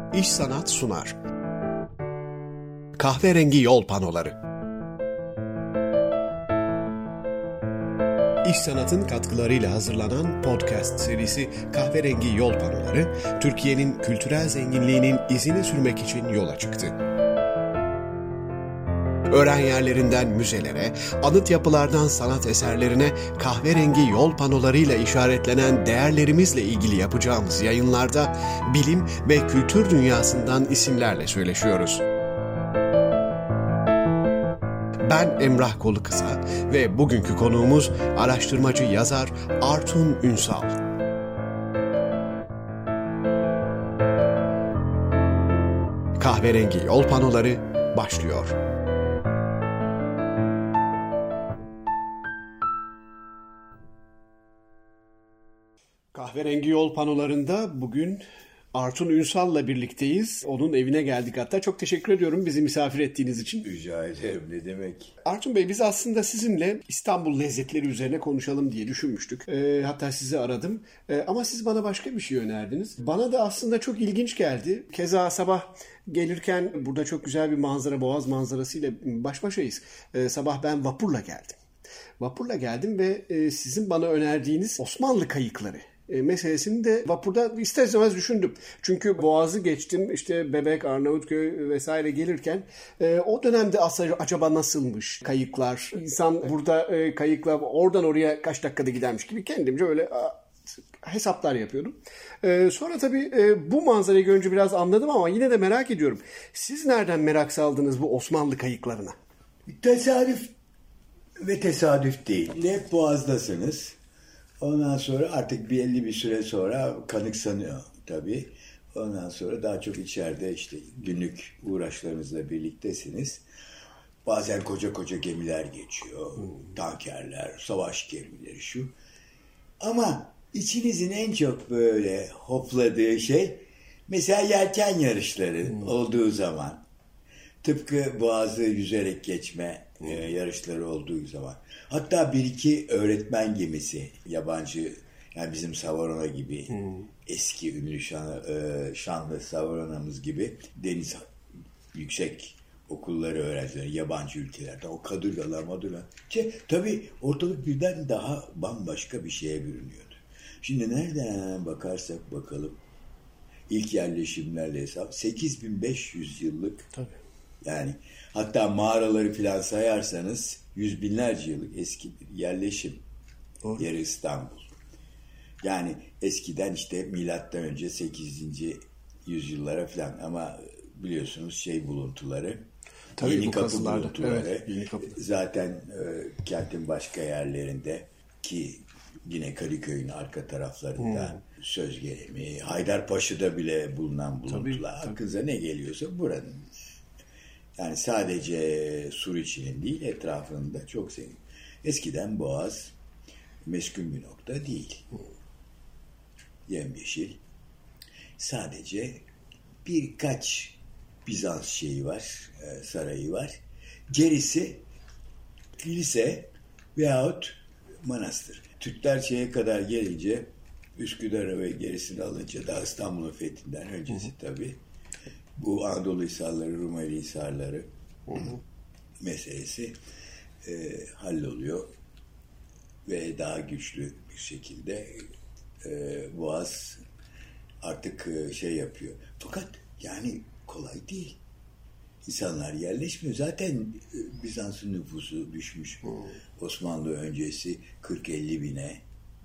İş Sanat sunar. Kahverengi Yol Panoları. İş Sanat'ın katkılarıyla hazırlanan podcast serisi Kahverengi Yol Panoları, Türkiye'nin kültürel zenginliğinin izini sürmek için yola çıktı. Öğren yerlerinden müzelere, anıt yapılardan sanat eserlerine kahverengi yol panolarıyla işaretlenen değerlerimizle ilgili yapacağımız yayınlarda bilim ve kültür dünyasından isimlerle söyleşiyoruz. Ben Emrah Kolukısa ve bugünkü konuğumuz araştırmacı yazar Artun Ünsal. Kahverengi Yol Panoları başlıyor. Kahverengi Yol Panolarında bugün Artun Ünsal'la birlikteyiz. Onun evine geldik hatta. Çok teşekkür ediyorum bizi misafir ettiğiniz için. Rica ederim, ne demek. Artun Bey, biz aslında sizinle İstanbul lezzetleri üzerine konuşalım diye düşünmüştük. Hatta sizi aradım. Ama siz bana başka bir şey önerdiniz. Bana da aslında çok ilginç geldi. Keza sabah gelirken burada çok güzel bir manzara, Boğaz manzarasıyla baş başayız. Sabah ben vapurla geldim ve sizin bana önerdiğiniz Osmanlı kayıkları meselesini de vapurda ister istemez düşündüm. Çünkü Boğaz'ı geçtim, işte Bebek, Arnavutköy vesaire gelirken o dönemde acaba nasılmış kayıklar? İnsan burada kayıkla oradan oraya kaç dakikada gidermiş gibi kendimce öyle hesaplar yapıyordum. Sonra tabii bu manzarayı görünce biraz anladım ama yine de merak ediyorum. Siz nereden merak saldınız bu Osmanlı kayıklarına? Tesadüf değil. Hep Boğaz'dasınız. Ondan sonra artık belli bir süre sonra kanıksanıyor tabii. Ondan sonra daha çok içeride işte günlük uğraşlarınızla birliktesiniz. Bazen koca koca gemiler geçiyor. Tankerler, savaş gemileri şu. Ama içinizin en çok böyle hopladığı şey mesela yelken yarışları olduğu zaman. Tıpkı Boğaz'ı yüzerek geçme yarışları olduğu zaman. Hatta bir iki öğretmen gemisi, yabancı, yani bizim Savarona gibi, eski ünlü şanlı Savarona'mız gibi deniz yüksek okulları öğrencileri, yabancı ülkelerden, o kadırgalar, madırgalar. Tabii ortalık birden daha bambaşka bir şeye bürünüyordu. Şimdi nereden bakarsak bakalım, ilk yerleşimlerle hesap 8500 yıllık. Tabii. Yani hatta mağaraları filan sayarsanız yüz binlerce yıllık eski yerleşim yeri İstanbul. Yani eskiden işte milattan önce 8. yüzyıllara filan, ama biliyorsunuz buluntuları, tabii Yeni Kapı buluntuları, evet, Yeni Kapı. Zaten kentin başka yerlerinde ki yine Kadıköy'ün arka taraflarında Sözgelemi, Haydarpaşa'da bile bulunan buluntular. Tabii. Aklınıza ne geliyorsa buranın. Yani sadece Suriçi'nin değil, etrafında çok zengin. Eskiden Boğaz meskun bir nokta değil. Yemyeşil. Sadece birkaç Bizans şeyi var, sarayı var. Gerisi kilise veyahut manastır. Türkler şeye kadar gelince, Üsküdar'a ve gerisini alınca, daha İstanbul'un fethinden öncesi tabii, bu Anadolu Hisarları, Rumeli Hisarları meselesi halloluyor ve daha güçlü bir şekilde Boğaz artık yapıyor. Fakat yani kolay değil. İnsanlar yerleşmiyor. Zaten Bizans'ın nüfusu düşmüş. Osmanlı öncesi 40-50 bine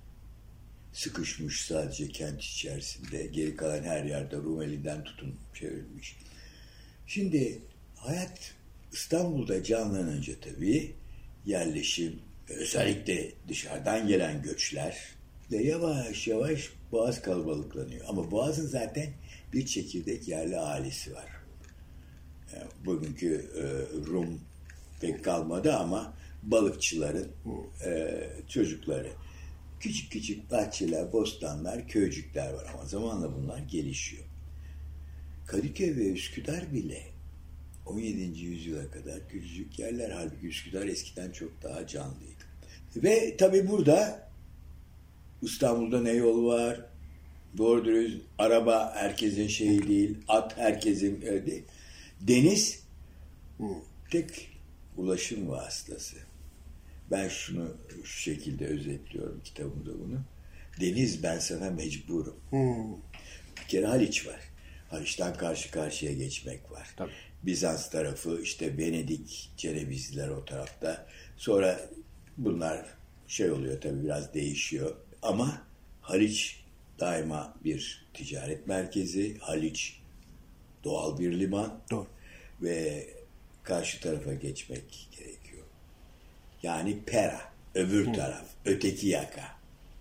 sıkışmış sadece kent içerisinde. Geri kalan her yerde Rumeli'den tutun çevrilmiş. Şimdi hayat İstanbul'da canlanınca tabii yerleşim, özellikle dışarıdan gelen göçler de yavaş yavaş Boğaz kalabalıklanıyor. Ama Boğaz'ın zaten bir çekirdek yerli ailesi var. Yani bugünkü Rum pek kalmadı ama balıkçıların çocukları. Küçük küçük bahçeler, bostanlar, köycükler var ama zamanla bunlar gelişiyor. Kadıköy ve Üsküdar bile 17. yüzyıla kadar küçücük yerler, halbuki Üsküdar eskiden çok daha canlıydı. Ve tabii burada İstanbul'da ne yol var, Doğru dürüst araba herkesin şeyi değil, at herkesin değil. Deniz tek ulaşım vasıtası. Ben şunu şu şekilde özetliyorum kitabımda bunu. Deniz ben sana mecburum. Bir kere Haliç var. Haliç'ten karşı karşıya geçmek var. Tabii. Bizans tarafı işte Venedik, Cenevizliler o tarafta. Sonra bunlar şey oluyor tabii biraz değişiyor. Ama Haliç daima bir ticaret merkezi. Haliç doğal bir liman. Doğru. Ve karşı tarafa geçmek gerekiyor. Yani Pera, öbür taraf, öteki yaka.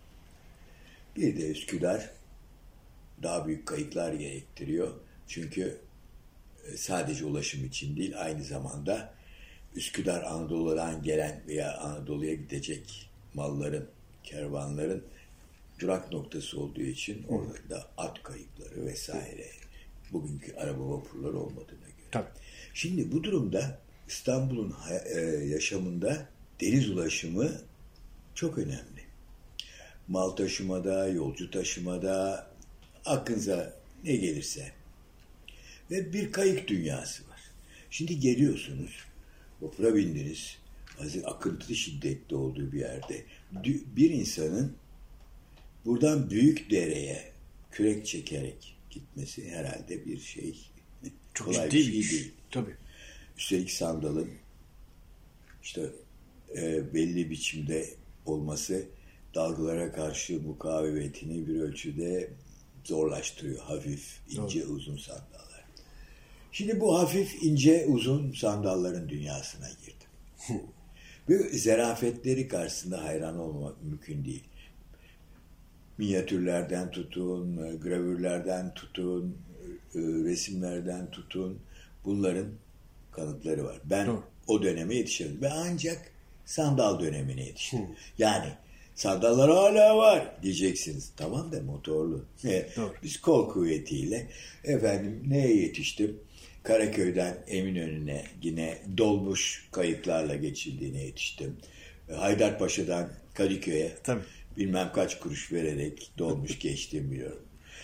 Bir de Üsküdar daha büyük kayıklar gerektiriyor. Çünkü sadece ulaşım için değil, aynı zamanda Üsküdar Anadolu'dan gelen veya Anadolu'ya gidecek malların, kervanların durak noktası olduğu için orada da at kayıkları vesaire, bugünkü araba vapurları olmadığına göre. Tabii. Şimdi bu durumda İstanbul'un yaşamında deniz ulaşımı çok önemli. Mal taşımada, yolcu taşımada, aklınıza ne gelirse. Ve bir kayık dünyası var. Şimdi geliyorsunuz, vapura bindiniz, akıntı şiddetli olduğu bir yerde. Bir insanın buradan büyük dereye kürek çekerek gitmesi herhalde bir şey. Çok kolay ciddi bir şey değil. Tabii. Üstelik sandalın işte belli biçimde olması dalgalara karşı mukavemetini bir ölçüde zorlaştırıyor. Hafif, ince, uzun sandallar. Şimdi bu hafif, ince, uzun sandalların dünyasına girdim. Ve zerafetleri karşısında hayran olmak mümkün değil. Minyatürlerden tutun, gravürlerden tutun, resimlerden tutun, bunların kanıtları var. Ben o döneme yetişemedim. Ben ancak sandal dönemine yetiştim. Yani sandallar hala var diyeceksiniz. Tamam da motorlu. Biz kol kuvvetiyle neye yetiştim? Karaköy'den Eminönü'ne yine dolmuş kayıklarla geçildiğine yetiştim. Haydarpaşa'dan Kadıköy'e bilmem kaç kuruş vererek dolmuş geçtiğimi biliyorum.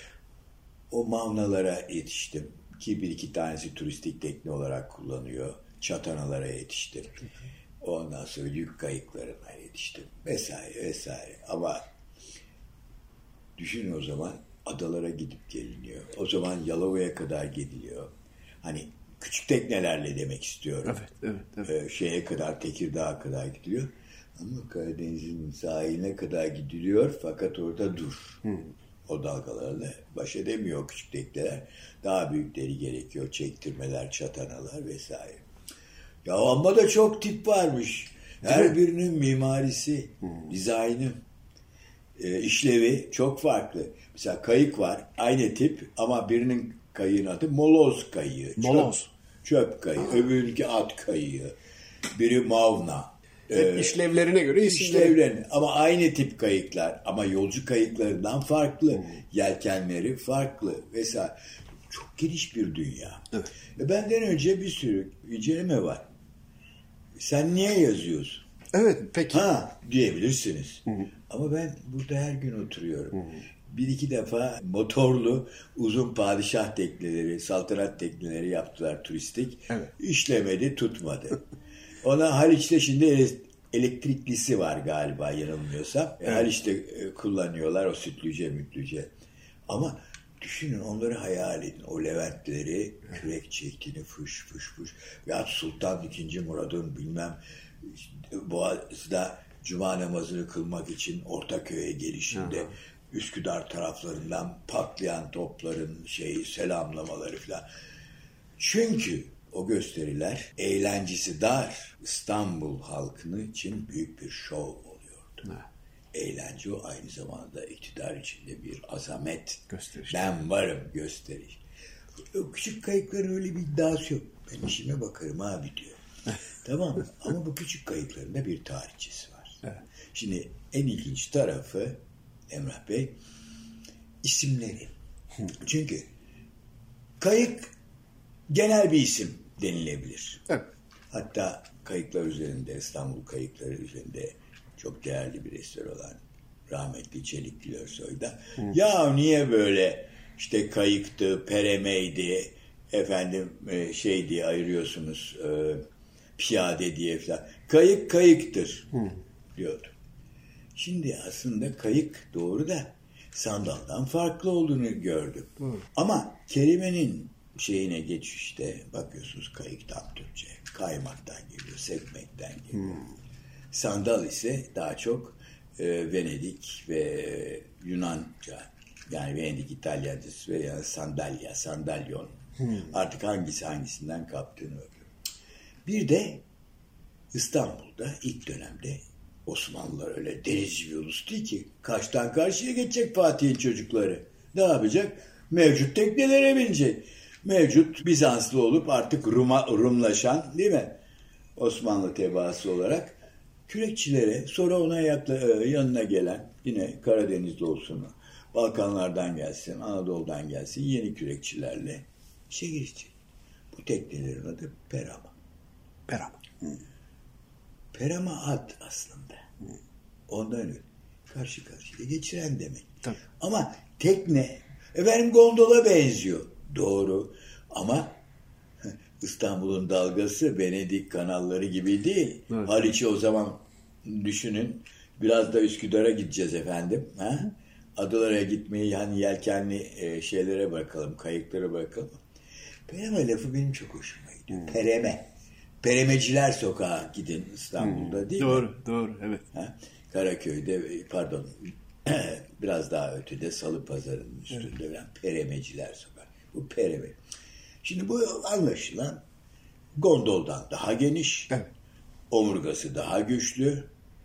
O mavnalara yetiştim ki bir iki tanesi turistik tekne olarak kullanıyor. Çatanalara yetiştim. Ondan sonra yük kayıklarına yetiştim. Vesaire vesaire. Ama düşünün o zaman adalara gidip geliniyor. O zaman Yalova'ya kadar gidiliyor. Hani küçük teknelerle demek istiyorum. Evet. Şeye kadar, Tekirdağ'a kadar gidiliyor. Ama Karadeniz'in sahiline kadar gidiliyor fakat orada dur. O dalgalarla baş edemiyor küçük tekneler. Daha büyükleri gerekiyor. Çektirmeler, çatanalar vesaire. Ya ama da çok tip varmış. Her birinin mimarisi, dizaynı, işlevi çok farklı. Mesela kayık var, aynı tip ama birinin kayığın adı moloz kayığı. Çöp kayığı, öbürünki at kayığı. Biri mavna. İşlevlerine göre işlevlerini. Ama aynı tip kayıklar. Ama yolcu kayıklarından farklı. Yelkenleri farklı vesaire. Çok geniş bir dünya. Evet. Benden önce bir sürü inceleme var. Sen niye yazıyorsun? Evet, peki. Diyebilirsiniz. Ama ben burada her gün oturuyorum. Bir iki defa motorlu uzun padişah tekneleri, saltanat tekneleri yaptılar turistik. Evet. İşlemedi, tutmadı. Ona Haliç'te şimdi elektriklisi var galiba yanılmıyorsam. Evet. Haliç'te kullanıyorlar o sütlüce. Ama düşünün onları hayal edin. O Leventleri kürek çektiğini fış. Ya Sultan II. Murad'ın bilmem Boğaz'da cuma namazını kılmak için Ortaköy'e gelişinde Üsküdar taraflarından patlayan topların selamlamaları falan. Çünkü o gösteriler eğlencesi dar İstanbul halkını için büyük bir şov oluyordu. Eğlence o aynı zamanda iktidar içinde bir azamet. Gösteriş. Ben varım gösteriş. O küçük kayıkların öyle bir iddiası yok. Ben işime bakarım abi diyor. Tamam mı? Ama bu küçük kayıkların da bir tarihçesi var. Evet. Şimdi en ilginç tarafı Emrah Bey isimleri. Çünkü kayık genel bir isim denilebilir. Evet. Hatta kayıklar üzerinde, İstanbul kayıkları üzerinde çok değerli bir eser olan rahmetli Çelikli Örsoy'da. Ya niye böyle işte kayıktı, peremeydi, efendim şey diye ayırıyorsunuz, piyade diye falan. Kayık kayıktır diyordu. Şimdi aslında kayık doğru da sandaldan farklı olduğunu gördüm. Ama kelimenin şeyine geçişte bakıyorsunuz kayıktan Türkçe, kaymaktan geliyor, sekmekten geliyor. Sandal ise daha çok Venedik ve Yunanca, yani Venedik İtalyancası ve yani sandalya, sandalyon. Artık hangisi hangisinden kaptığını öyle. Bir de İstanbul'da ilk dönemde Osmanlılar öyle denizci bir ulus değil ki. Karşıdan karşıya geçecek Fatih'in çocukları. Ne yapacak? Mevcut teknelere binecek. Mevcut Bizanslı olup artık Rumlaşan, değil mi? Osmanlı tebaası olarak kürekçilere, sonra ona yanına gelen, yine Karadenizli olsun, Balkanlardan gelsin, Anadolu'dan gelsin, yeni kürekçilerle işe girecek. Bu teknelerin adı perama. Perama. Perama at aslında. Ondan öyle. Karşı karşıya geçiren demek. Tabii. Ama tekne, efendim gondola benziyor. Doğru. Ama İstanbul'un dalgası Venedik kanalları gibi değil. Evet. Haliç'i o zaman düşünün. Biraz da Üsküdar'a gideceğiz efendim. Ha? Adalara gitmeyi hani yelkenli şeylere bırakalım, kayıklara bırakalım. Pereme lafı benim çok hoşuma gidiyor. Pereme. Peremeciler Sokağı gidin İstanbul'da, değil doğru, mi? Doğru, evet. Ha? Karaköy'de, pardon, biraz daha ötede Salıpazarı'nın üstünde olan Peremeciler Sokağı. Bu pereme. Şimdi bu anlaşılan gondoldan daha geniş, evet. Omurgası daha güçlü,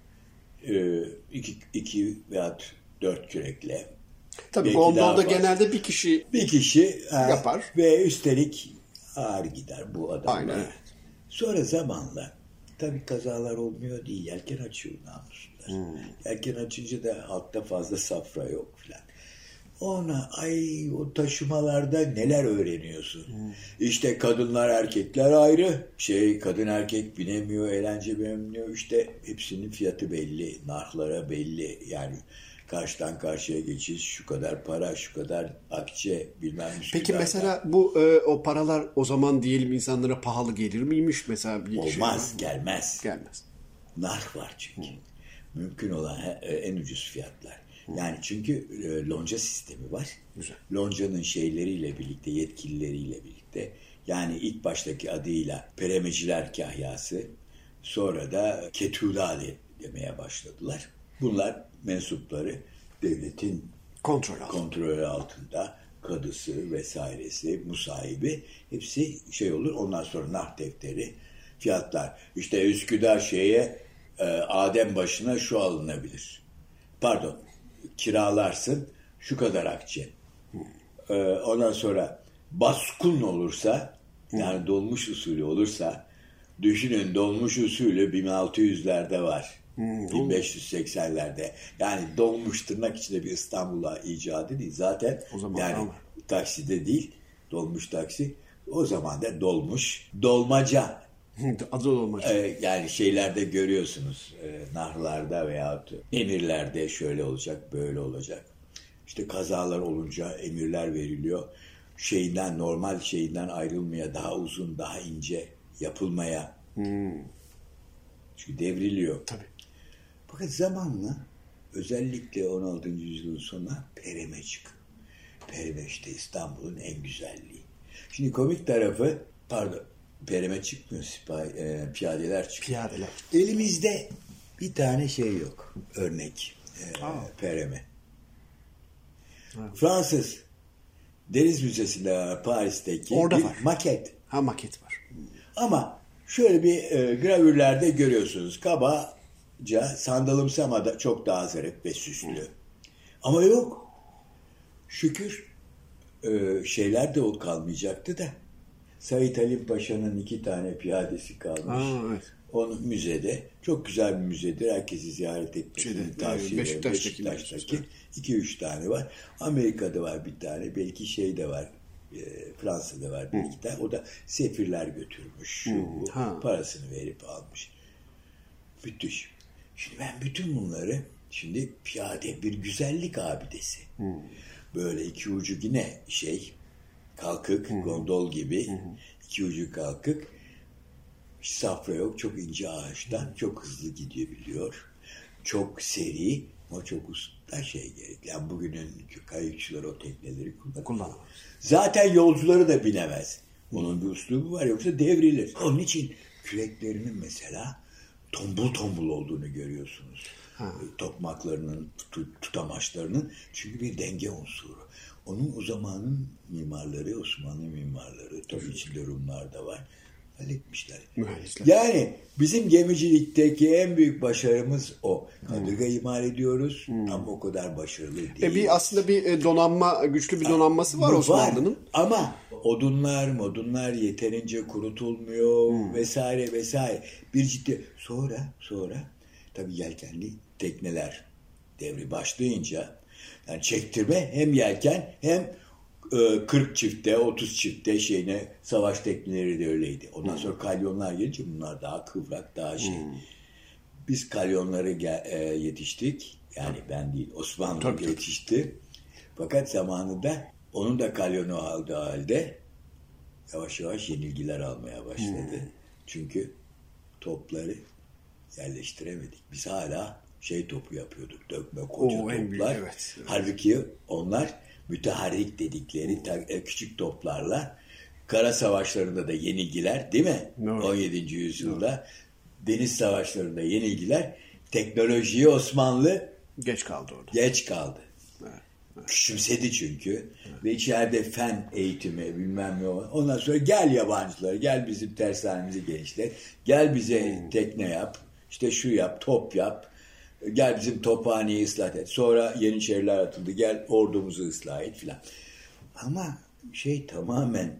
iki veya 4 kürekle. Tabii gondolda genelde bir kişi yapar. Ve üstelik ağır gider bu adamlar. Aynen, evet. Sonra zamanla tabii kazalar olmuyor değil. Yelken açıyor namuslar. Yelken açınca da altta fazla safra yok filan. Ona o taşımalarda neler öğreniyorsun. İşte kadınlar erkekler ayrı. Kadın erkek binemiyor, eğlence binemiyor. İşte hepsinin fiyatı belli. Narhlara belli. Yani karşıdan karşıya geçiş, şu kadar para, şu kadar akçe, bilmem ne. Peki mesela bu o paralar o zaman diyelim insanlara pahalı gelir miymiş? Mesela olmaz, gelmez. Gelmez. Narh var çünkü. Mümkün olan en ucuz fiyatlar. Yani çünkü lonca sistemi var. Güzel. Lonca'nın şeyleriyle birlikte, yetkilileriyle birlikte, yani ilk baştaki adıyla Peremeciler Kahyası, sonra da Ketulali demeye başladılar. Bunlar mensupları devletin kontrolü altında, kadısı vesairesi, musahibi, hepsi olur. Ondan sonra narh defteri, fiyatlar. İşte Üsküdar Adem başına şu alınabilir. Pardon, kiralarsın şu kadar akçe. Ondan sonra baskun olursa, yani dolmuş usulü olursa, düşünün dolmuş usulü 1600'lerde var. 1580'lerde. Yani dolmuş tırnak içinde bir İstanbul'a icadı değil. Zaten yani takside değil, dolmuş taksi. O zaman da dolmuş, dolmaca. Adı dolmaca. Yani şeylerde görüyorsunuz, nahlarda veyahut emirlerde şöyle olacak, böyle olacak. İşte kazalar olunca emirler veriliyor. Normal şeyinden ayrılmaya, daha uzun, daha ince yapılmaya. Çünkü devriliyor. Tabii. Fakat zamanla özellikle 16. yüzyılın sonuna pereme çıkıyor. Pereme işte İstanbul'un en güzelliği. Şimdi komik tarafı, pereme çıkmıyor, piyadeler çıkıyor. Elimizde bir tane yok, örnek pereme. Fransız Deniz Müzesi'nde var, Paris'teki orada bir var. maket. Maket var. Ama şöyle bir gravürlerde görüyorsunuz. Kabaca sandalımsı ama da çok daha zarif ve süslü. Ama yok. Şükür şeyler de o kalmayacaktı da. Said Halim Paşa'nın 2 tane piyadesi kalmış. Evet. Onun müzede. Çok güzel bir müzedir. Herkesi ziyaret etmesini tavsiye ederim. Beşiktaş'taki 2-3 tane var. Amerika'da var bir tane. Belki de var. Fransa'da var bir iki tane. O da sefirler götürmüş. Parasını verip almış. Müthiş. Şimdi ben bütün bunları Şimdi piyade bir güzellik abidesi. Böyle iki ucu yine kalkık, gondol gibi. İki ucu kalkık. Hiç safra yok. Çok ince ağaçtan çok hızlı gidebiliyor. Çok seri ama çok usta gerekli. Yani bugünün kayıkçılar o tekneleri kullanamaz. Zaten yolcuları da binemez. Onun bir üslubu var, yoksa devrilir. Onun için küreklerinin mesela tombul tombul olduğunu görüyorsunuz. Tokmaklarının, tutamaçlarının, çünkü bir denge unsuru. Onun o zamanın mimarları, Osmanlı mimarları, tabii içinde Rumlar da var, halletmişler. Mühendisler. Yani bizim gemicilikteki en büyük başarımız o. Kadırga imal ediyoruz ama o kadar başarılı değil. Aslında bir donanma, güçlü bir donanması var Osmanlı'nın. Ama odunlar yeterince kurutulmuyor vesaire vesaire. Bir ciddi sonra tabii yelkenli tekneler devri başlayınca, yani çektirme hem yelken hem 40 çifte 30 çifte savaş tekneleri de öyleydi. Ondan sonra kalyonlar gelince bunlar daha kıvrak, daha Biz kalyonlara yetiştik. Yani ben değil, Osmanlı yetişti. Fakat zamanında onun da kalyonu aldığı halde yavaş yavaş yenilgiler almaya başladı. Çünkü topları yerleştiremedik. Biz hala topu yapıyorduk. Dökme koca toplar. Evet. Halbuki onlar müteharrik dedikleri küçük toplarla kara savaşlarında da yenilgiler, değil mi? Evet. 17. yüzyılda deniz savaşlarında yenilgiler. Teknolojiyi Osmanlı geç kaldı orada. Evet. Küçümsedi çünkü. Evet. Ve içeride fen eğitimi bilmem ne olan. Ondan sonra gel yabancılar, gel bizim tersanemizi genişlet, gel bize tekne yap, şu yap, top yap, gel bizim tophaneyi ıslah et. Sonra Yeniçeriler atıldı, gel ordumuzu ıslah et filan. Ama tamamen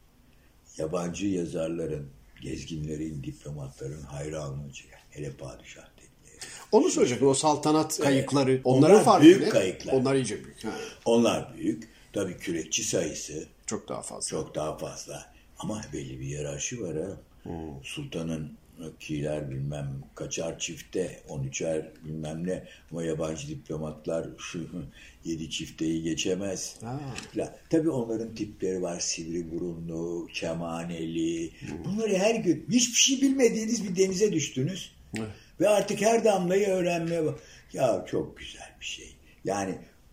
yabancı yazarların, gezginlerin, diplomatların hayranlığı çeken. Hele padişah tekneleri. Onu soracaktım. O saltanat kayıkları. Onların farkı büyük ne? Kayıklar. Onlar iyice büyük. Onlar büyük. Tabii kürekçi sayısı çok daha fazla. Ama belli bir hiyerarşi var ha. Sultanın kiler bilmem kaçar çifte, 13'er bilmem ne, ama yabancı diplomatlar 7 çifteyi geçemez. Tabii onların tipleri var, sivri burunlu, kemaneli. Bunları her gün hiçbir şey bilmediğiniz bir denize düştünüz. Ve artık her damlayı öğrenmeye bak. Ya çok güzel bir şey. Yani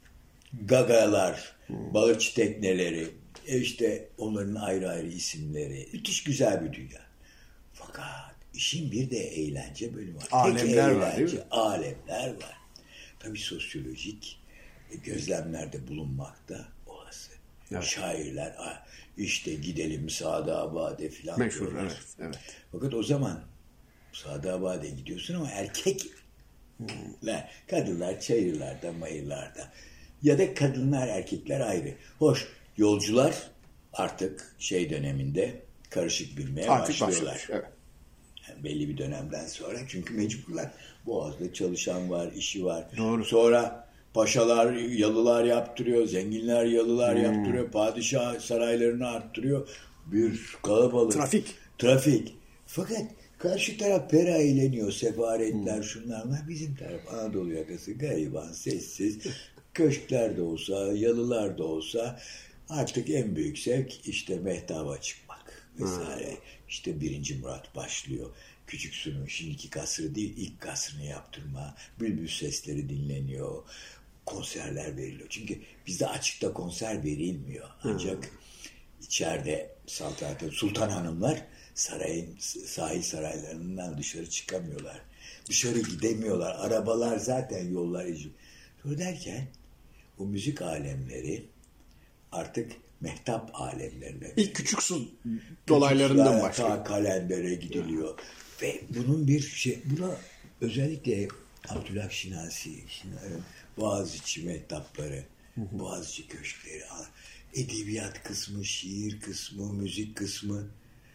gagalar, balıkçı tekneleri, onların ayrı ayrı isimleri. Müthiş güzel bir dünya. Fakat işin bir de eğlence bölümü var. Alemler var, değil mi? Alemler var. Tabii sosyolojik gözlemlerde bulunmakta olası. Evet. Şairler, gidelim Sa'dabad'e filan. Meşhur, evet. Fakat o zaman Sa'dabad'e gidiyorsun ama erkek kadınlar çayırlarda, mayırlarda. Ya da kadınlar, erkekler ayrı. Hoş, yolcular artık döneminde karışık bilmeye başlıyorlar. Evet. Yani belli bir dönemden sonra, çünkü mecburlar. Boğaz'da çalışan var, işi var. Doğru. Sonra paşalar yalılar yaptırıyor, zenginler yalılar yaptırıyor, padişah saraylarını arttırıyor. Bir kalabalık. Trafik. Fakat karşı taraf pera eğleniyor, sefaretler, şunlarla. Bizim taraf Anadolu yakası gariban, sessiz. Köşkler de olsa, yalılar da olsa artık en büyük zevk mehtaba çıkmak vesaire. 1. Murat başlıyor. Küçük Süleyman şimdiki kasrı değil, ilk kasrını yaptırma. Bülbül sesleri dinleniyor. Konserler veriliyor. Çünkü bizde açıkta konser verilmiyor. Ancak içeride sultan hanımlar sahil saraylarından dışarı çıkamıyorlar. Dışarı gidemiyorlar. Arabalar zaten yollar derken bu müzik alemleri artık mehtap alemlerine. İlk küçük su dolaylarından başlıyor. Kalendere gidiliyor. Ve bunun buna özellikle Abdülhak Şinasi, Boğaziçi mehtapları, Boğaziçi köşkleri, edebiyat kısmı, şiir kısmı, müzik kısmı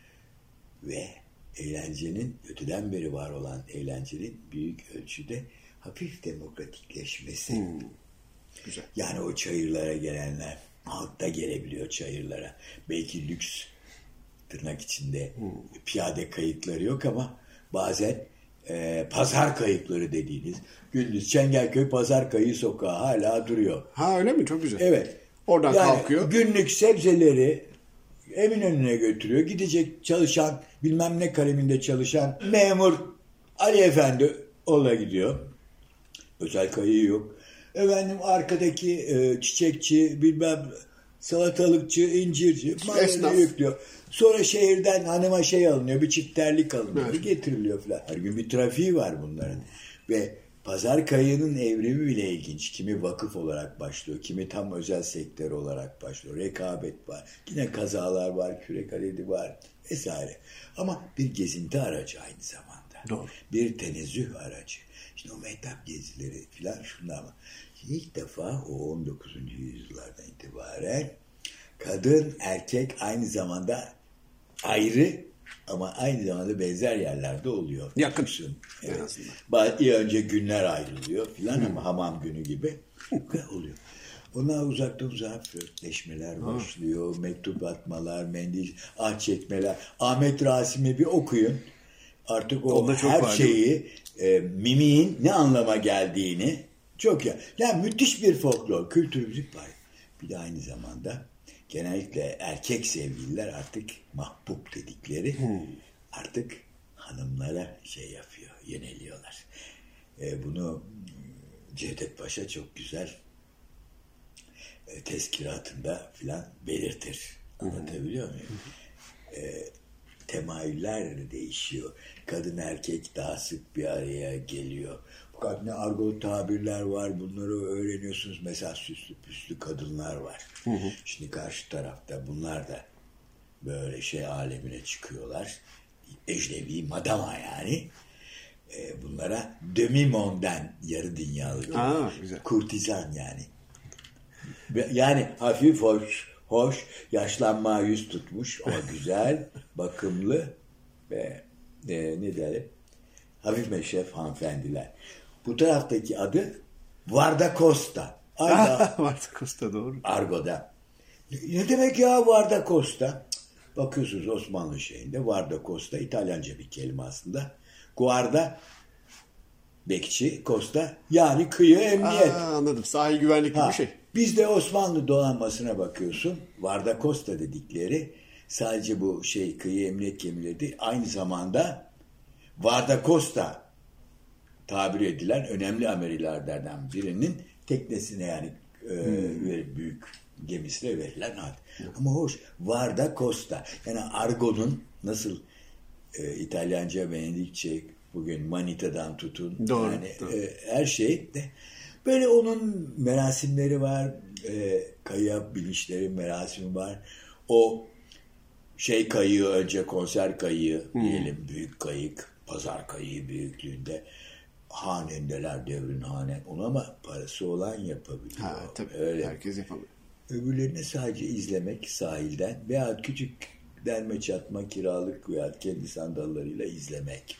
ve eğlencenin, öteden beri var olan eğlencenin büyük ölçüde hafif demokratikleşmesi. Güzel. Yani o çayırlara gelenler, halk da gelebiliyor çayırlara. Belki lüks, tırnak içinde piyade kayıkları yok ama bazen pazar kayıkları dediğiniz gündüz Çengelköy Pazar Kayığı sokağı hala duruyor. Ha öyle mi? Çok güzel. Evet. Oradan yani kalkıyor. Günlük sebzeleri Eminönü'ne götürüyor. Gidecek çalışan bilmem ne kaleminde çalışan memur Ali Efendi ona gidiyor. Özel kayığı yok. Efendim arkadaki çiçekçi bilmem salatalıkçı, incirci malzemeyi yüklüyor. Sonra şehirden hanıma şey alınıyor. Bir çift terlik alınıyor. Evet. Getiriliyor falan. Her gün bir trafiği var bunların. Ve pazar kayığının evrimi bile ilginç. Kimi vakıf olarak başlıyor. Kimi tam özel sektör olarak başlıyor. Rekabet var. Yine kazalar var. Kürek haledi var. Vesaire. Ama bir gezinti aracı aynı zamanda. Doğru. Bir tenezzüh aracı. Şimdi o mehtap gezileri falan şunlar mı? İlk defa o 19. yüzyıllardan itibaren kadın, erkek aynı zamanda ayrı ama aynı zamanda benzer yerlerde oluyor. Yakın. Evet. Önce günler ayrılıyor filan ama hamam günü gibi oluyor. Onlar uzaktan uzağa flörtleşmeler başlıyor. Mektup atmalar, mendil, çekmeler. Ahmet Rasim'i bir okuyun. Artık o her şeyi mimiğin ne anlama geldiğini çok ya. Yani müthiş bir folklor, kültürümüz var. Bir de aynı zamanda genellikle erkek sevgililer artık mahbub dedikleri artık hanımlara şey yapıyor, yöneliyorlar. Bunu Cevdet Paşa çok güzel tezkiratında filan belirtir. Anlatabiliyor muyum? Temayüller değişiyor. Kadın erkek daha sık bir araya geliyor. Fakat ne argo tabirler var, bunları öğreniyorsunuz. Mesela süslü püslü kadınlar var. Şimdi karşı tarafta bunlar da böyle şey alemine çıkıyorlar. Ecnebi madama yani. Bunlara demi-mondaine, yarı dünyalı kurtizan yani. Yani hafif hoş, yaşlanmaya yüz tutmuş ama güzel, bakımlı ve ne derim, hafif meşref hanımefendiler. Bu taraftaki adı Varda Costa. Varda Costa doğru. Argo'da. Ne demek ya Varda Costa? Bakıyorsunuz Osmanlı şeyinde Varda Costa İtalyanca bir kelime aslında. Guarda bekçi, Costa yani kıyı emniyet. Anladım. Sahil güvenlik gibi bir şey. Bizde Osmanlı donanmasına bakıyorsun. Varda Costa dedikleri sadece bu kıyı emniyet gemileri değil, aynı zamanda Varda Costa tabir edilen önemli amirilerden birinin teknesine yani büyük gemisine verilen ad. Ama hoş Varda Costa yani argonun nasıl İtalyanca, Venedikçe bugün manitadan tutun doğru, yani doğru. Her şey de böyle onun merasimleri var. Kayığa binişleri merasimi var. O kayığı önce konser kayığı diyelim büyük kayık, pazar kayığı büyüklüğünde hanendeler devrin hanen. Onu ama parası olan yapabiliyor. Tabii. Öyle. Herkes yapamıyor. Öbürlerini sadece izlemek sahilden veya küçük derme çatma kiralık veya kendi sandallarıyla izlemek.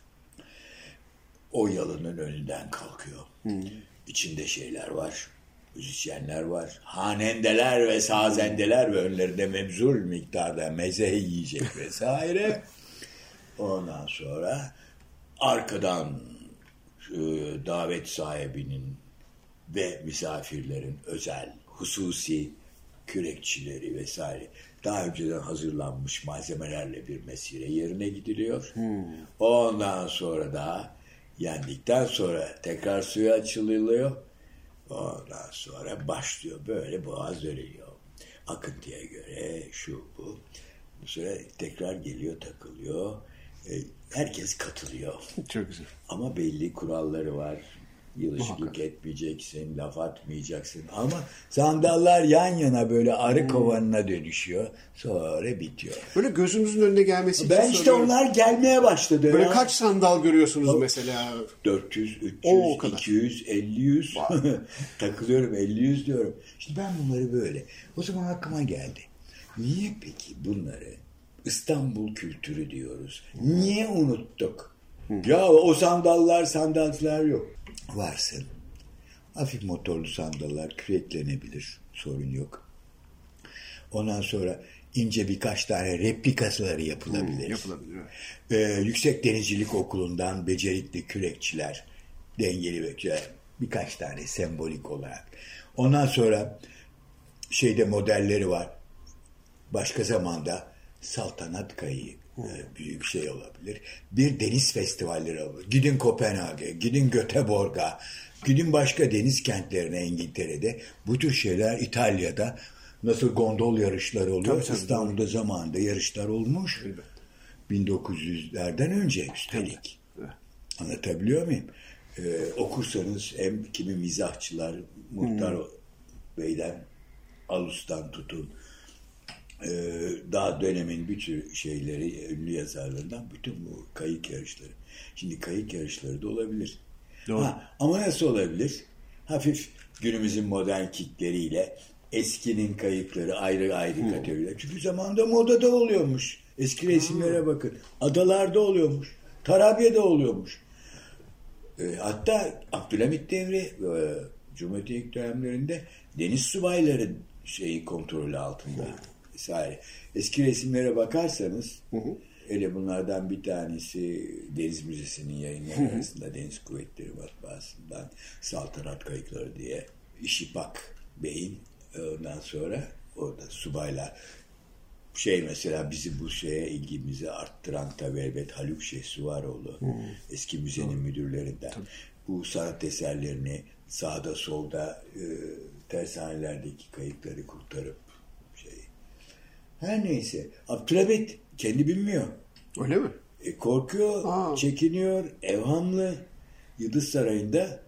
O yalının önünden kalkıyor. İçinde şeyler var. Müzisyenler var. Hanendeler ve sazendeler ve önlerinde mebzul miktarda meze yiyecek vesaire. Ondan sonra arkadan davet sahibinin ve misafirlerin özel, hususi kürekçileri vesaire daha önceden hazırlanmış malzemelerle bir mesire yerine gidiliyor. Ondan sonra da yendikten sonra tekrar suya açılıyor. Ondan sonra başlıyor. Böyle boğaz dönüyor. Akıntıya göre şu bu. Bu süre tekrar geliyor, takılıyor. Herkes katılıyor. Çok güzel. Ama belli kuralları var. Yılışıklık etmeyeceksin, laf atmayacaksın. Ama sandallar yan yana böyle arı kovanına dönüşüyor. Sonra bitiyor. Böyle gözümüzün önüne gelmesi için ben işte onlar gelmeye başladı. Böyle kaç sandal görüyorsunuz mesela? 400, 300, 200, 50, 100. Takılıyorum 50, 100 diyorum. Şimdi ben bunları böyle. O zaman aklıma geldi. Niye peki bunları İstanbul kültürü diyoruz? Niye unuttuk? Ya o sandallar yok. Varsın. Hafif motorlu sandallar küreklenebilir. Sorun yok. Ondan sonra ince birkaç tane replikasıları yapılabilir. Yapılabilir. Yüksek Denizcilik Okulu'ndan becerikli kürekçiler, dengeli bekçiler, birkaç tane sembolik olarak. Ondan sonra modelleri var. Başka zamanda saltanat kayığı büyük şey olabilir. Bir deniz festivalleri olabilir. Gidin Kopenhag'a, gidin Göteborg'a, gidin başka deniz kentlerine İngiltere'de. Bu tür şeyler İtalya'da nasıl gondol yarışları oluyor. Tabii, İstanbul'da zamanında yarışlar olmuş. Evet. 1900'lerden önce üstelik. Evet. Anlatabiliyor muyum? Okursanız hem kimi mizahçılar, Muhtar Bey'den, Alus'tan tutun, daha dönemin bütün şeyleri, ünlü yazarlarından bütün bu kayık yarışları. Şimdi kayık yarışları da olabilir. Ama nasıl olabilir? Hafif günümüzün modern kitleriyle eskinin kayıkları ayrı ayrı kategoriler. Çünkü zamanında modada oluyormuş. Eski resimlere bakın. Adalarda oluyormuş. Tarabya'da oluyormuş. Hatta Abdülhamit devri Cumhuriyet ilk dönemlerinde deniz subayları kontrolü altında. Vesaire. Eski resimlere bakarsanız öyle bunlardan bir tanesi Deniz Müzesi'nin yayınları arasında Deniz Kuvvetleri Matbaası'ndan Saltanat Kayıkları diye İşipak Bey'in ondan sonra orada subaylar mesela bizi bu ilgimizi arttıran tabii elbet Haluk Şehsuvaroğlu eski müzenin müdürlerinden. Tabii. Bu sanat eserlerini sağda solda tersanelerdeki kayıkları kurtarıp her neyse. Abdülhamit kendi bilmiyor. Öyle mi? Korkuyor, çekiniyor, evhamlı. Yıldız Sarayı'nda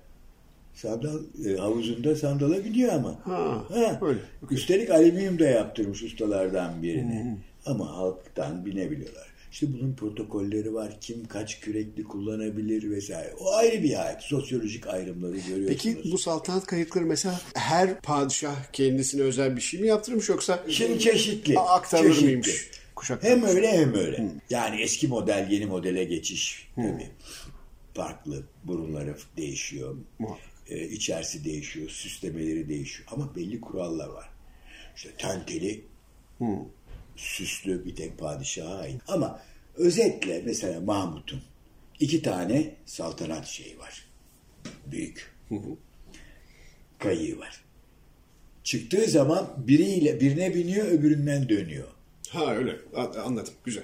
havuzunda sandala biniyor ama. Öyle. Üstelik alüminyum da yaptırmış ustalardan birini. Ama halktan binebiliyorlar. İşte bunun protokolleri var. Kim kaç kürekli kullanabilir vesaire. O ayrı bir hayat. Sosyolojik ayrımları görüyorsunuz. Peki bu saltanat kayıkları mesela her padişah kendisine özel bir şey mi yaptırmış yoksa şimdi çeşitli. Aktarılır mıymış? Hem öyle hem öyle. Yani eski model yeni modele geçiş tabii. Farklı. Burunları değişiyor. İçerisi değişiyor. Süslemeleri değişiyor. Ama belli kurallar var. İşte tenteli süslü bir tek padişaha ait. Ama özetle mesela Mahmut'un 2 tane saltanat var. Büyük. Kayığı var. Çıktığı zaman birine biniyor, öbüründen dönüyor. Öyle. Anladım. Güzel.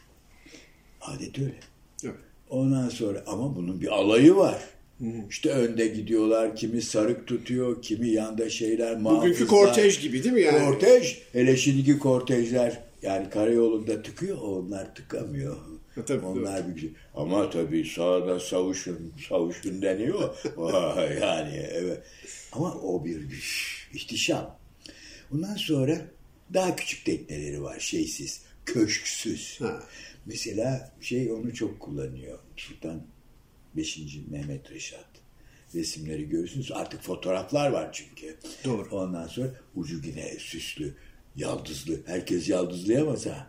Adet öyle. Evet. Ondan sonra ama bunun bir alayı var. İşte önde gidiyorlar, kimi sarık tutuyor, kimi yanda bugünkü kortej gibi değil mi yani? Kortej, hele şimdiki kortejler yani karayolunda tıkıyor, onlar tıkamıyor. Tabii, onlar bir şey. Ama tabii sağda savuşun deniyor. Yani evet. Ama o bir ihtişam. Ondan sonra daha küçük tekneleri var, şeysiz, köşksüz. Mesela onu çok kullanıyor. Sultan 5. Mehmet Reşat. Resimleri görürsünüz. Artık fotoğraflar var çünkü. Doğru. Ondan sonra ucu yine süslü, yaldızlı. Herkes yaldızlayamaz ha.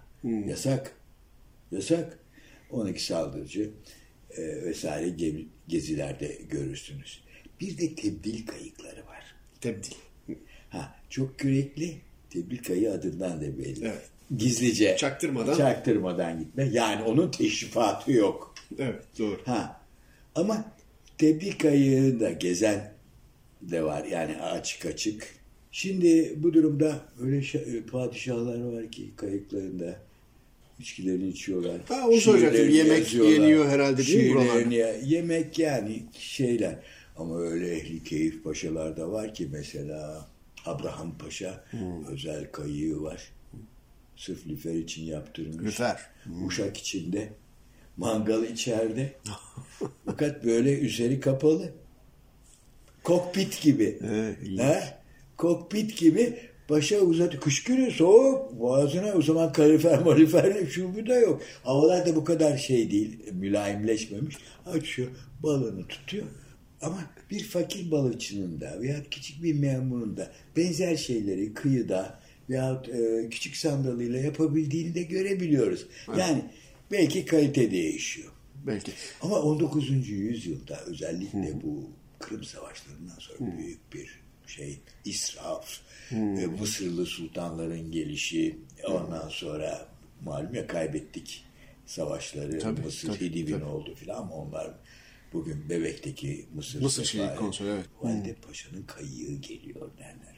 Yasak. 12 saldırıcı vesaire gezilerde görürsünüz. Bir de tebdil kayıkları var. Tebdil. Çok kürekli. Tebdil kayığı adından da belli. Evet. Gizlice. Çaktırmadan gitme. Yani onun teşrifatı yok. Evet, doğru. Ama tebdil kayığında gezen de var. Yani açık. Şimdi bu durumda öyle padişahlar var ki kayıklarında içkilerini içiyorlar. Onu soracaktım. Yemek yeniyor herhalde değil mi buralarda? Yemek yani şeyler. Ama öyle ehli keyif paşalar da var ki mesela Abraham Paşa özel kayığı var. Sırf lüfer için yaptırmış. Lüfer. Uşak içinde. Mangal içeride. Fakat böyle üzeri kapalı. Kokpit gibi. Kokpit gibi paşa uzatıyor. Kış günü soğuk. Boğazına o zaman kalifer şu bu da yok. Havalar da bu kadar değil. Mülayimleşmemiş. Açıyor. Balonu tutuyor. Ama bir fakir balıkçının da veya küçük bir memurun da benzer şeyleri kıyıda veyahut küçük sandalıyla yapabildiğini de görebiliyoruz. Yani belki kalite değişiyor. Belki. Ama 19. yüzyılda özellikle bu Kırım Savaşları'ndan sonra büyük bir israf, Mısırlı sultanların gelişi, ondan sonra malum ya kaybettik savaşları, tabii, Mısır Hidivin oldu filan ama onlar bugün Bebek'teki Mısır şehir konsolu, evet. Valide Paşa'nın kayığı geliyor derler.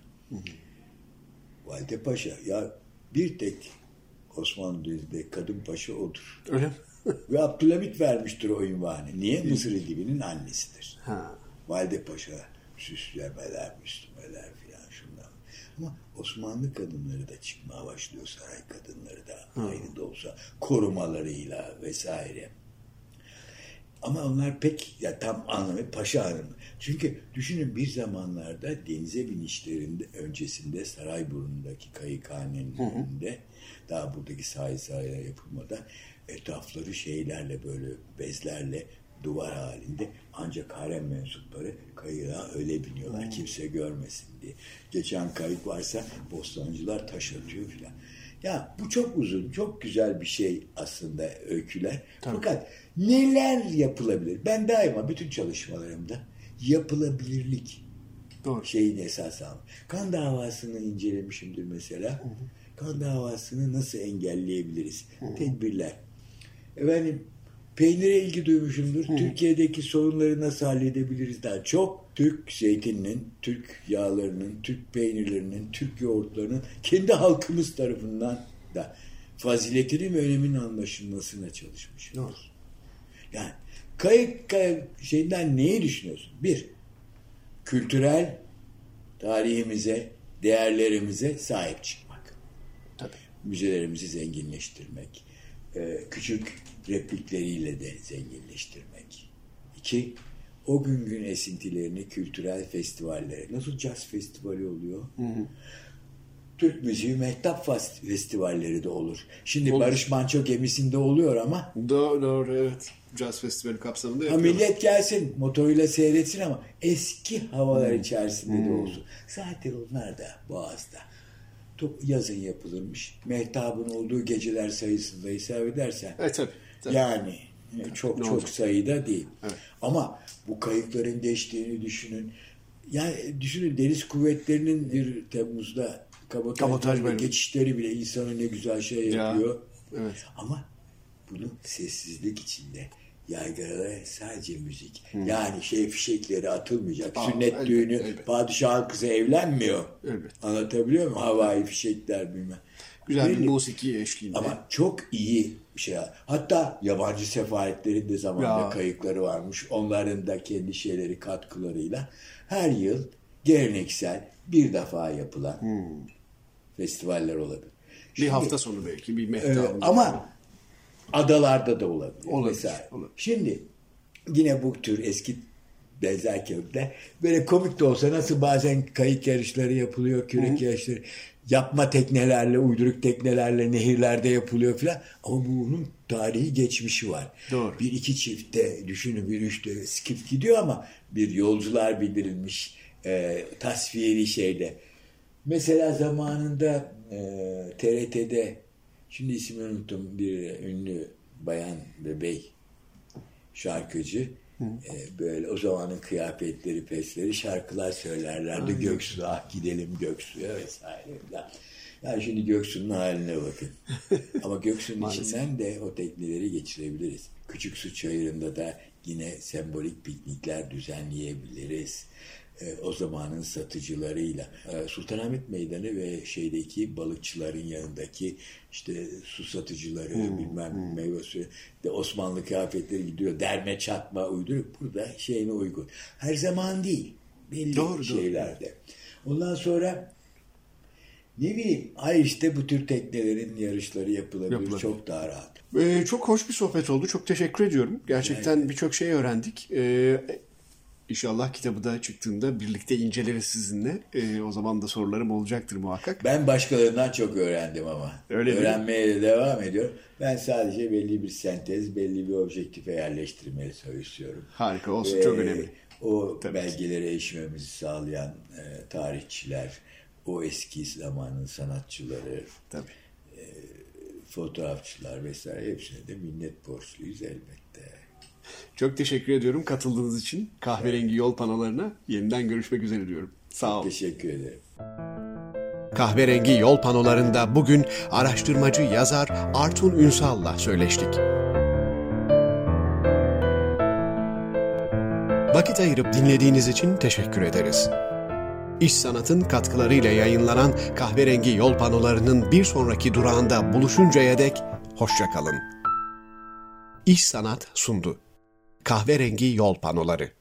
Valide Paşa ya bir tek Osmanlı Devleti'nde kadın paşa odur. Öyle mi? Ve Abdülhamit vermiştir o ünvanı. Niye? Mısır Hidivinin annesidir. Ha. Valide Paşa süslemeler, müslümeler filan şunlar. Ama Osmanlı kadınları da çıkmaya başlıyor. Saray kadınları da ayrı da olsa korumalarıyla vesaire. Ama onlar pek ya tam anlamı paşa hanımı. Çünkü düşünün bir zamanlarda denize binişlerinde öncesinde Sarayburnu'ndaki kayıkhanenin önünde daha buradaki sahaya yapılmadan etrafları şeylerle böyle bezlerle duvar halinde ancak harem mensupları kayığa öyle biniyorlar kimse görmesin diye. Geçen kayık varsa bostancılar taş atıyor filan. Ya bu çok uzun, çok güzel bir şey aslında öyküler. Tabii. Fakat neler yapılabilir? Ben daima bütün çalışmalarımda yapılabilirlik şeyini esas aldım. Kan davasını incelemişimdir mesela. Kan davasını nasıl engelleyebiliriz? Tedbirler. Efendim, peynire ilgi duymuşumdur. Türkiye'deki sorunları nasıl halledebiliriz daha çok? Türk zeytininin, Türk yağlarının, Türk peynirlerinin, Türk yoğurtlarının kendi halkımız tarafından da faziletinin ve öneminin anlaşılmasına çalışmış. Yani kayık şeyden neyi düşünüyorsun? Bir, kültürel tarihimize, değerlerimize sahip çıkmak. Tabii. Müzelerimizi zenginleştirmek. Küçük replikleriyle de zenginleştirmek. İki, o gün esintilerini kültürel festivallere. Nasıl caz festivali oluyor? Türk müziği mehtap festivalleri de olur. Şimdi olur. Barış Manço gemisinde oluyor ama. Doğru evet. Caz festivali kapsamında yapıyorlar. Millet gelsin motoruyla seyretsin ama eski havalar içerisinde de olsun. Zaten onlar da Boğaz'da. Yazın yapılırmış. Mehtabın olduğu geceler sayısında hesap edersen. Tabii. Yani çok sayıda değil. Evet. Ama bu kayıkların geçtiğini düşünün. Yani düşünün deniz kuvvetlerinin 1 Temmuz'da kabotaj geçişleri bile insana ne güzel şey yapıyor. Evet. Ama bunu sessizlik içinde yaygaralara sadece müzik. Yani fişekleri atılmayacak. Sünnet düğünü padişahın kızı evlenmiyor. Evet. Anlatabiliyor muyum? Havai fişekler bilmem. Güzel bir musiki eşliğinde. Ama çok iyi bir şey. Hatta yabancı sefaretlerin de zamanında kayıkları varmış. Onların da kendi şeyleri katkılarıyla her yıl geleneksel bir defa yapılan festivaller olabilir. Bir hafta sonu belki bir mehtap. Ama adalarda da olabilir. Olabilir. Şimdi yine bu tür eski benzer kağıtlar böyle komik de olsa nasıl bazen kayık yarışları yapılıyor, kürek yarışları yapma teknelerle, uyduruk teknelerle nehirlerde yapılıyor filan. Ama bunun tarihi geçmişi var. Doğru. Bir iki çiftte düşünün bir üçte skip gidiyor ama bir yolcular bildirilmiş tasfiyeli şeyde. Mesela zamanında TRT'de şimdi ismini unuttum bir ünlü bayan ve bey şarkıcı böyle o zamanın kıyafetleri, pesleri şarkılar söylerlerdi. Göksu'ya gidelim Göksu'ya vesaire. Yani şimdi Göksu'nun haline bakın. Ama Göksu'nun içinden de o tekneleri geçirebiliriz. Küçük Su Çayırı'nda da yine sembolik piknikler düzenleyebiliriz. O zamanın satıcılarıyla Sultanahmet Meydanı ve şeydeki balıkçıların yanındaki işte su satıcıları bilmem meyve suyu de Osmanlı kıyafetleri gidiyor. Derme çatma uydurup burada şeyine uygun. Her zaman değil. Belli şeylerde. Ondan sonra ne bileyim işte bu tür teknelerin yarışları yapılabilir. Çok daha rahat. Çok hoş bir sohbet oldu. Çok teşekkür ediyorum. Gerçekten birçok şey öğrendik. İnşallah kitabı da çıktığında birlikte inceleriz sizinle. O zaman da sorularım olacaktır muhakkak. Ben başkalarından çok öğrendim ama. Öğrenmeye de devam ediyorum. Ben sadece belli bir sentez, belli bir objektife yerleştirmeye çalışıyorum. Harika olsun. Çok önemli. O belgelere erişmemizi sağlayan tarihçiler, o eski zamanın sanatçıları, fotoğrafçılar vesaire hepsine de minnet borçluyuz elbette. Çok teşekkür ediyorum katıldığınız için. Kahverengi Yol panolarına yeniden görüşmek üzere diyorum. Sağ ol. Teşekkür ederim. Kahverengi yol panolarında bugün araştırmacı yazar Artun Ünsal'la söyleştik. Vakit ayırıp dinlediğiniz için teşekkür ederiz. İş Sanat'ın katkılarıyla yayınlanan Kahverengi Yol Panolarının bir sonraki durağında buluşuncaya dek hoşça kalın. İş Sanat sundu. Kahverengi Yol Panoları.